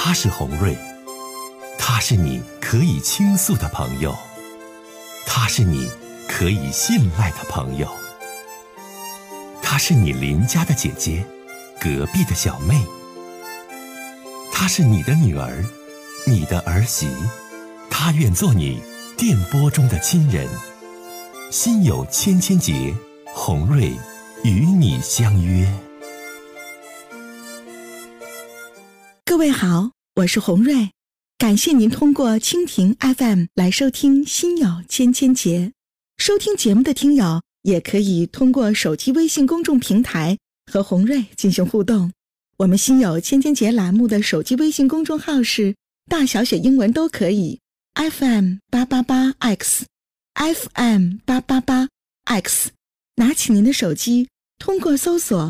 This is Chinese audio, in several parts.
他是洪瑞，他是你可以倾诉的朋友，他是你可以信赖的朋友，她是你邻家的姐姐，隔壁的小妹，她是你的女儿，你的儿媳，她愿做你电波中的亲人。心有千千结，洪瑞与你相约。 各位好，我是洪瑞，感谢您通过蜻蜓 FM 来收听心有千千结。收听节目的听友也可以通过手机微信公众平台和洪瑞进行互动。我们心有千千结栏目的手机微信公众号是大小写英文都可以 FM888X FM888X， 拿起您的手机，通过搜索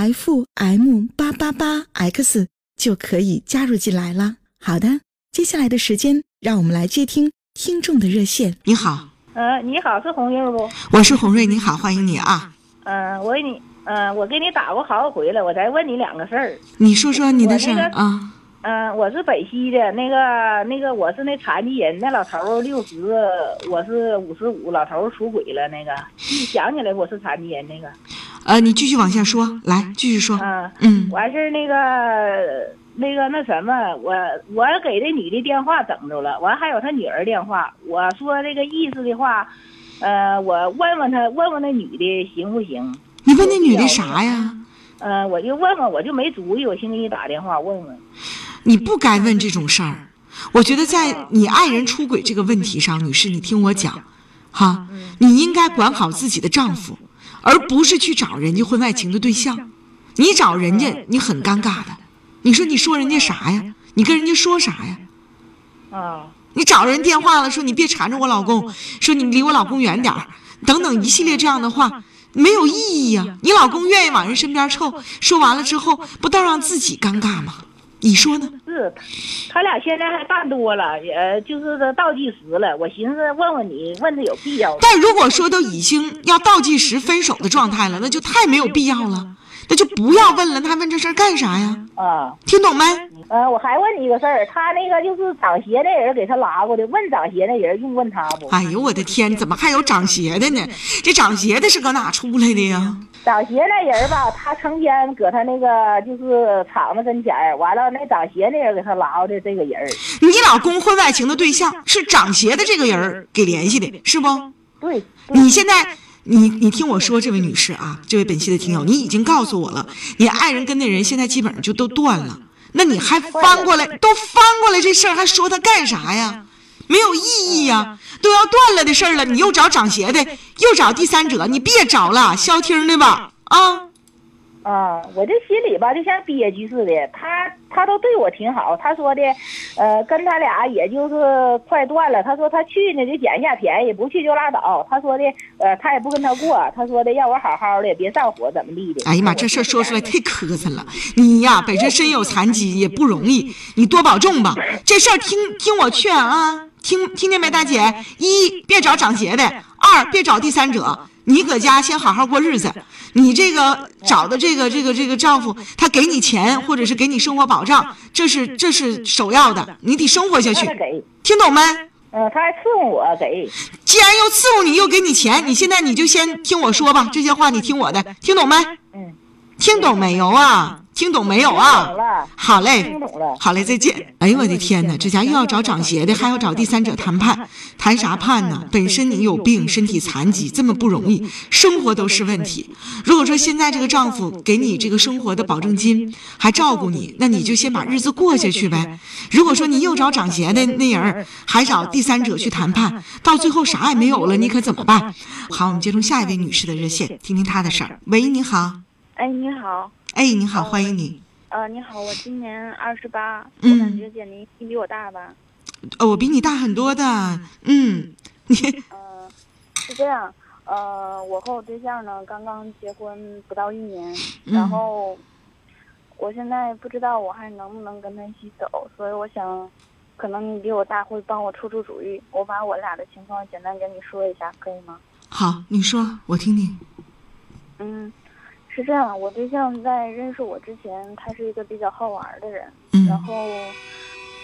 FM888X 就可以加入进来了。好的，接下来的时间让我们来接听听众的热线。 你好。 你好，是洪瑞不？ 我是洪瑞，你好，欢迎你啊。 我给你打过好几回了，我再问你两个事儿。 你说说你的事儿啊。 我是北西的，那个我是那残疾人，那老头60，我是55，老头出轨了。那个你想起来我是残疾人那个。 你继续往下说，来继续说。 完事儿那什么，我给这女的电话整着了，完还有她女儿电话，我说这个意思的话，我问问那女的行不行？ 你问那女的啥呀？ 我就问问，我就没主意，我先给你打电话问问。 你不该问这种事儿，我觉得在你爱人出轨这个问题上，女士，你听我讲，哈，你应该管好自己的丈夫，而不是去找人家婚外情的对象。你找人家，你很尴尬的。你说人家啥呀？你跟人家说啥呀？你找人电话了，说你别缠着我老公，说你离我老公远点儿，等等一系列这样的话，没有意义呀。你老公愿意往人身边凑，说完了之后，不倒让自己尴尬吗？你说呢？ 是，他俩现在还淡多了，就是倒计时了。我寻思问问你，问他有必要吗？ 但如果说都已经要倒计时分手的状态了，那就太没有必要了。那就不要问了，他问这事儿干啥呀？听懂没？ 我还问你一个事儿，他那个就是长鞋那人给他拉过的，问长鞋那人用问他不？ 哎呦我的天，怎么还有长鞋的呢？这长鞋的是搁哪出来的呀？ 长鞋那人吧，他成天搁他那个就是厂子跟前，完了那长鞋那人给他拉的这个人。 你老公婚外情的对象是长鞋的这个人给联系的，是不？ 对。 你现在。你听我说，这位女士啊，这位本期的听友，你已经告诉我了，你爱人跟那人现在基本上就都断了，那你还翻过来这事儿还说他干啥呀？没有意义呀，都要断了的事儿了，你又找长鞋的，又找第三者，你别找了，消停的吧啊。 我这心里吧就像憋屈似的，他都对我挺好，他说的跟他俩也就是快断了，他说他去呢就捡一下便宜，不去就拉倒，他说的他也不跟他过，他说的让我好好的别上火怎么地的。 哎呀妈，这事儿说出来太磕碜了，你呀本身身有残疾也不容易，你多保重吧。这事儿听我劝啊，听见没大姐？一，别找长鞋的；二，别找第三者，你搁家先好好过日子。你这个找的这个丈夫，他给你钱或者是给你生活保障，这是首要的，你得生活下去，听懂没？ 他还伺候我给。 既然又伺候你又给你钱，你现在你就先听我说吧，这些话你听我的，听懂没？听懂没有啊？听懂没有啊？好嘞，好嘞，再见。哎呦我的天哪，这家又要找长鞋的，还要找第三者谈判，谈啥判呢？本身你有病，身体残疾，这么不容易，生活都是问题。如果说现在这个丈夫给你这个生活的保证金，还照顾你，那你就先把日子过下去呗。如果说你又找长鞋的那人，还找第三者去谈判，到最后啥也没有了，你可怎么办？好，我们接通下一位女士的热线，听听她的事儿。喂，你好。 你好。 你好，欢迎你。 你好，我今年28，我感觉姐您比我大吧？ 我比你大很多的。你是这样，我和我对象呢刚刚结婚不到1年，然后我现在不知道我还能不能跟他一起走，所以我想，可能你比我大会帮我出主意，我把我俩的情况简单跟你说一下，可以吗？ 好，你说，我听听。 是这样，我对象在认识我之前，他是一个比较好玩的人，然后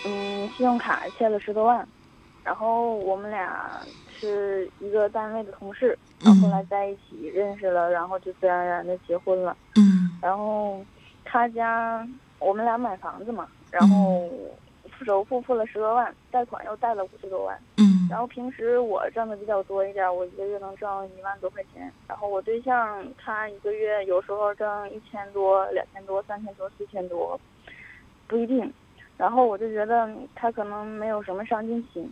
信用卡欠了10多万，然后我们俩是一个单位的同事，然后后来在一起认识了，然后就自然而然的结婚了。然后他家我们俩买房子嘛，然后首付付了10多万，贷款又贷了50多万。然后平时我挣的比较多一点，我一个月能挣1万多块钱。然后我对象他一个月有时候挣1000多、2000多、3000多、4000多，不一定。然后我就觉得他可能没有什么上进心。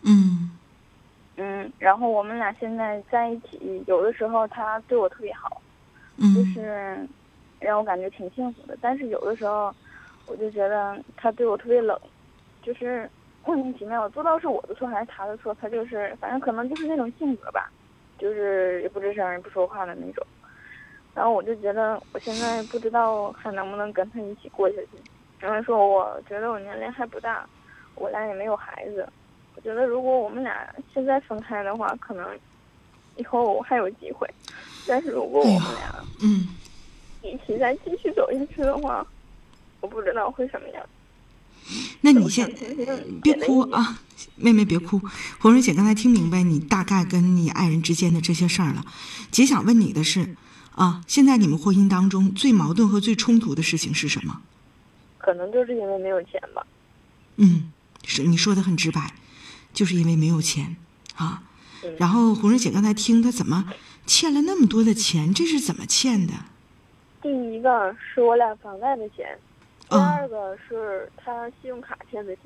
然后我们俩现在在一起，有的时候他对我特别好，就是让我感觉挺幸福的。但是有的时候我就觉得他对我特别冷，就是莫名其妙，不知道是我的错还是他的错，他就是反正可能就是那种性格吧，就是也不吱声也不说话的那种。然后我就觉得我现在不知道还能不能跟他一起过下去，因为说我觉得我年龄还不大，我俩也没有孩子。我觉得如果我们俩现在分开的话，可能以后还有机会，但是如果我们俩一起再继续走下去的话，我不知道会什么样。 那你先别哭啊，妹妹别哭。红蕊姐刚才听明白你大概跟你爱人之间的这些事儿了。姐想问你的是啊，现在你们婚姻当中最矛盾和最冲突的事情是什么？ 可能就是因为没有钱吧。 是你说的很直白，就是因为没有钱啊。然后红蕊姐刚才听她怎么欠了那么多的钱，这是怎么欠的？ 第一个是我俩房贷的钱，第二个是他信用卡欠的钱。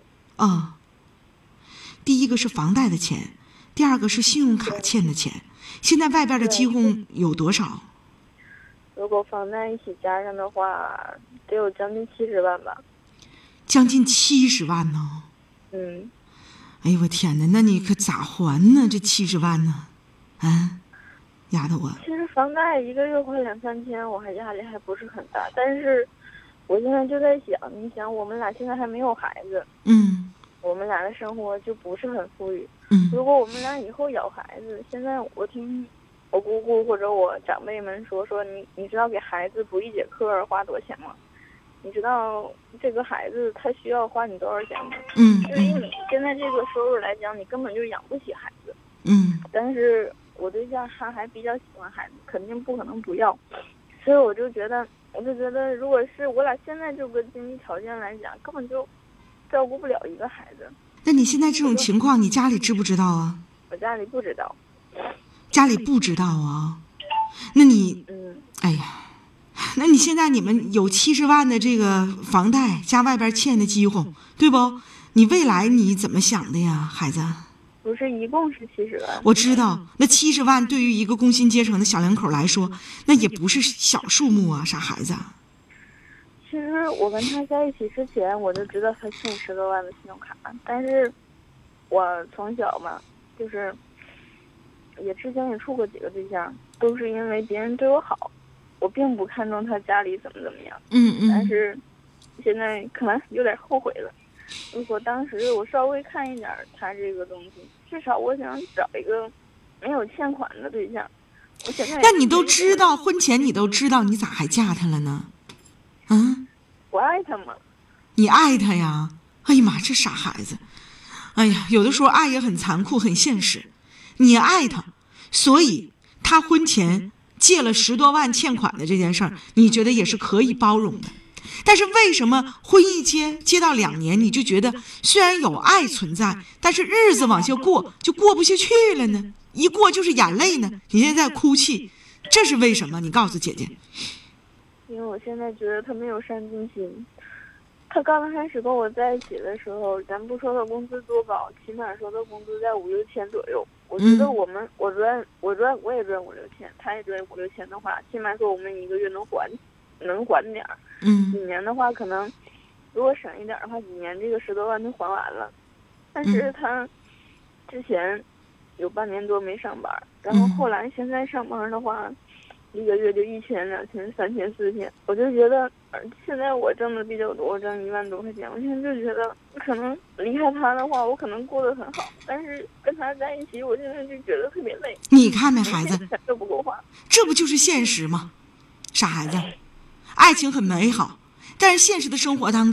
第一个是房贷的钱，第二个是信用卡欠的钱。现在外边的积共有多少？ 如果房贷一起加上的话，得有将近70万吧。 将近70万呢？哎呦我天哪，那你可咋还呢？这70万呢？丫头啊！ 其实房贷一个月还2-3千，我还压力还不是很大。但是我现在就在想，你想我们俩现在还没有孩子，我们俩的生活就不是很富裕。如果我们俩以后有孩子，现在我听我姑姑或者我长辈们说你知道给孩子补1节课花多少钱吗？你知道这个孩子他需要花你多少钱吗？就是以你现在这个收入来讲，你根本就养不起孩子。但是我对象他还比较喜欢孩子，肯定不可能不要。所以我就觉得，如果是我俩现在这个经济条件来讲，根本就照顾不了一个孩子。 那你现在这种情况，你家里知不知道啊？ 我家里不知道。 家里不知道啊？那你，哎呀，那你现在你们有70万的这个房贷加外边欠的积哄，对不？你未来你怎么想的呀，孩子？ 不是，一共是70万。 我知道，那70万对于一个工薪阶层的小两口来说，那也不是小数目啊，傻孩子。 其实我跟他在一起之前，我就知道他欠10多万的信用卡，但是我从小嘛，就是也之前也处过几个对象，都是因为别人对我好，我并不看重他家里怎么样。但是现在可能有点后悔了。如果当时我稍微看一点他这个东西，至少我想找一个没有欠款的对象。我现在但你都知道，婚前你都知道，你咋还嫁他了呢？ 我爱他嘛。 你爱他呀？哎呀妈，这傻孩子！哎呀，有的时候爱也很残酷，很现实。你爱他，所以他婚前借了10多万欠款的这件事儿，你觉得也是可以包容的。但是为什么婚一接到2年，你就觉得虽然有爱存在，但是日子往下过就过不下去了呢？一过就是眼泪呢？你现在哭泣，这是为什么？你告诉姐姐。 因为我现在觉得他没有上进心。他刚开始跟我在一起的时候，咱不说他工资多高，起码说他工资在5-6千左右。我觉得我也赚5-6千，他也赚5-6千的话，起码说我们一个月能还点儿。几年的话，可能如果省一点的话，几年这个10多万就还完了。但是他之前有半年多没上班，然后后来现在上班的话，一个月就1000、2000、3000、4000，我就觉得现在我挣的比较多，我挣1万多块钱，我现在就觉得可能离开他的话，我可能过得很好，但是跟他在一起，我现在就觉得特别累。 你看没，孩子， 这不够花， 这不就是现实吗？傻孩子，爱情很美好，但是现实的生活当中，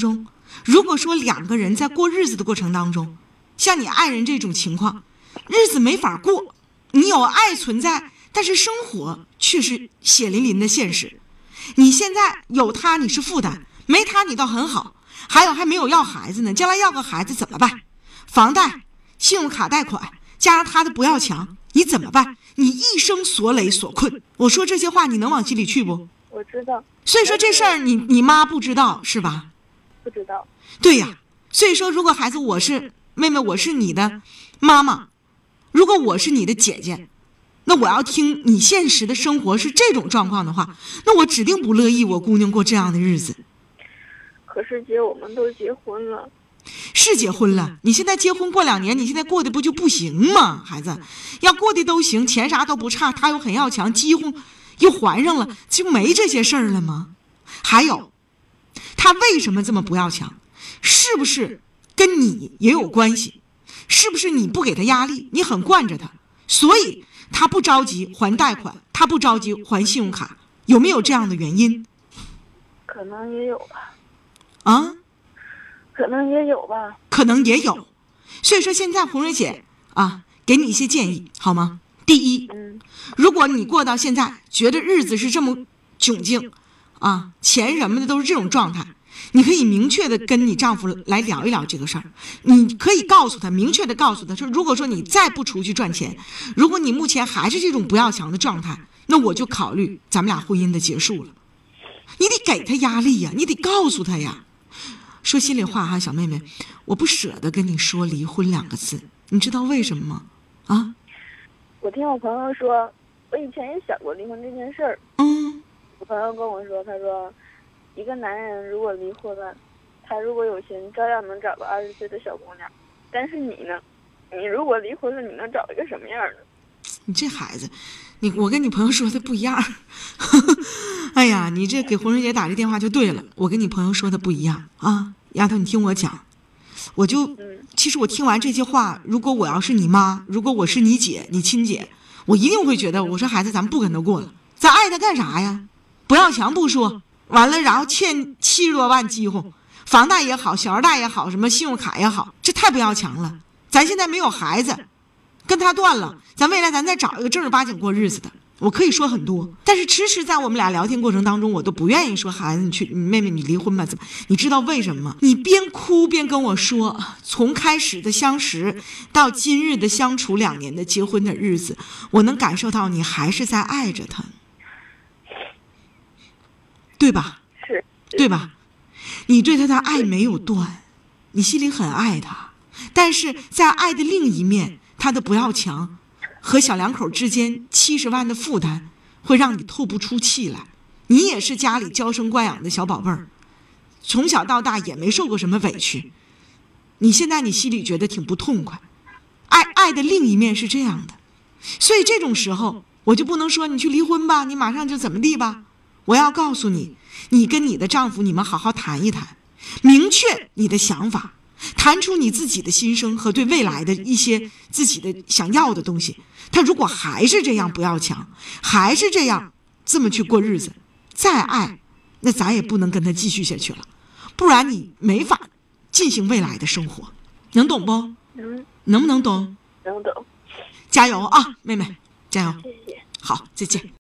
如果说两个人在过日子的过程当中，像你爱人这种情况，日子没法过，你有爱存在，但是生活却是血淋淋的现实。你现在有他你是负担，没他你倒很好，还有还没有要孩子呢，将来要个孩子怎么办？房贷、信用卡贷款，加上他的不要强，你怎么办？你一生所累所困。我说这些话你能往心里去不？ 我知道。 所以说这事儿你妈不知道是吧？ 不知道。 对呀，所以说如果孩子我是妹妹，我是你的妈妈，如果我是你的姐姐，那我要听你现实的生活是这种状况的话，那我指定不乐意我姑娘过这样的日子。 可是姐，我们都结婚了。 是结婚了，你现在结婚过2年，你现在过得不就不行吗？孩子要过得都行，钱啥都不差，他又很要强，几乎又还上了，就没这些事儿了吗？还有他为什么这么不要强，是不是跟你也有关系？是不是你不给他压力，你很惯着他，所以他不着急还贷款，他不着急还信用卡，有没有这样的原因？ 可能也有吧。 啊？ 可能也有吧。 可能也有。所以说现在红蕊姐啊，给你一些建议好吗？第一，如果你过到现在觉得日子是这么窘境啊，钱什么的都是这种状态，你可以明确的跟你丈夫来聊一聊这个事儿。你可以告诉他，明确的告诉他说，如果说你再不出去赚钱，如果你目前还是这种不要强的状态，那我就考虑咱们俩婚姻的结束了。你得给他压力呀，你得告诉他呀。说心里话哈，小妹妹，我不舍得跟你说离婚2个字，你知道为什么吗？啊？ 我听我朋友说，我以前也想过离婚这件事儿。我朋友跟我说，他说，一个男人如果离婚了，他如果有钱，照样能找个20岁的小姑娘。但是你呢？你如果离婚了，你能找一个什么样的？ 你这孩子，我跟你朋友说的不一样。哎呀，你这给红蕊姐打这电话就对了，我跟你朋友说的不一样啊。丫头，你听我讲，其实我听完这些话，如果我要是你妈，如果我是你姐，你亲姐，我一定会觉得，我说孩子，咱们不跟他过了，咱爱他干啥呀？不要强不说，完了然后欠70多万几乎，房贷也好，小二贷也好，什么信用卡也好，这太不要强了。咱现在没有孩子，跟他断了，咱未来咱再找一个正儿八经过日子的。我可以说很多，但是迟迟在我们俩聊天过程当中，我都不愿意说孩子，你妹妹你离婚吧，怎么？你知道为什么吗？你边哭边跟我说，从开始的相识到今日的相处2年的结婚的日子，我能感受到你还是在爱着他，对吧？ 是， 对吧？你对他的爱没有断，你心里很爱他，但是在爱的另一面，他的不要强和小两口之间70万的负担会让你透不出气来。你也是家里娇生惯养的小宝贝儿，从小到大也没受过什么委屈，你现在你心里觉得挺不痛快。爱的另一面是这样的，所以这种时候我就不能说你去离婚吧，你马上就怎么地吧。我要告诉你，你跟你的丈夫你们好好谈一谈，明确你的想法，谈出你自己的心声和对未来的一些自己的想要的东西。他如果还是这样不要强，还是这么去过日子，再爱，那咱也不能跟他继续下去了，不然你没法进行未来的生活。能懂不？能不能懂？ 能懂。 加油啊，妹妹，加油！ 谢谢。 好，再见。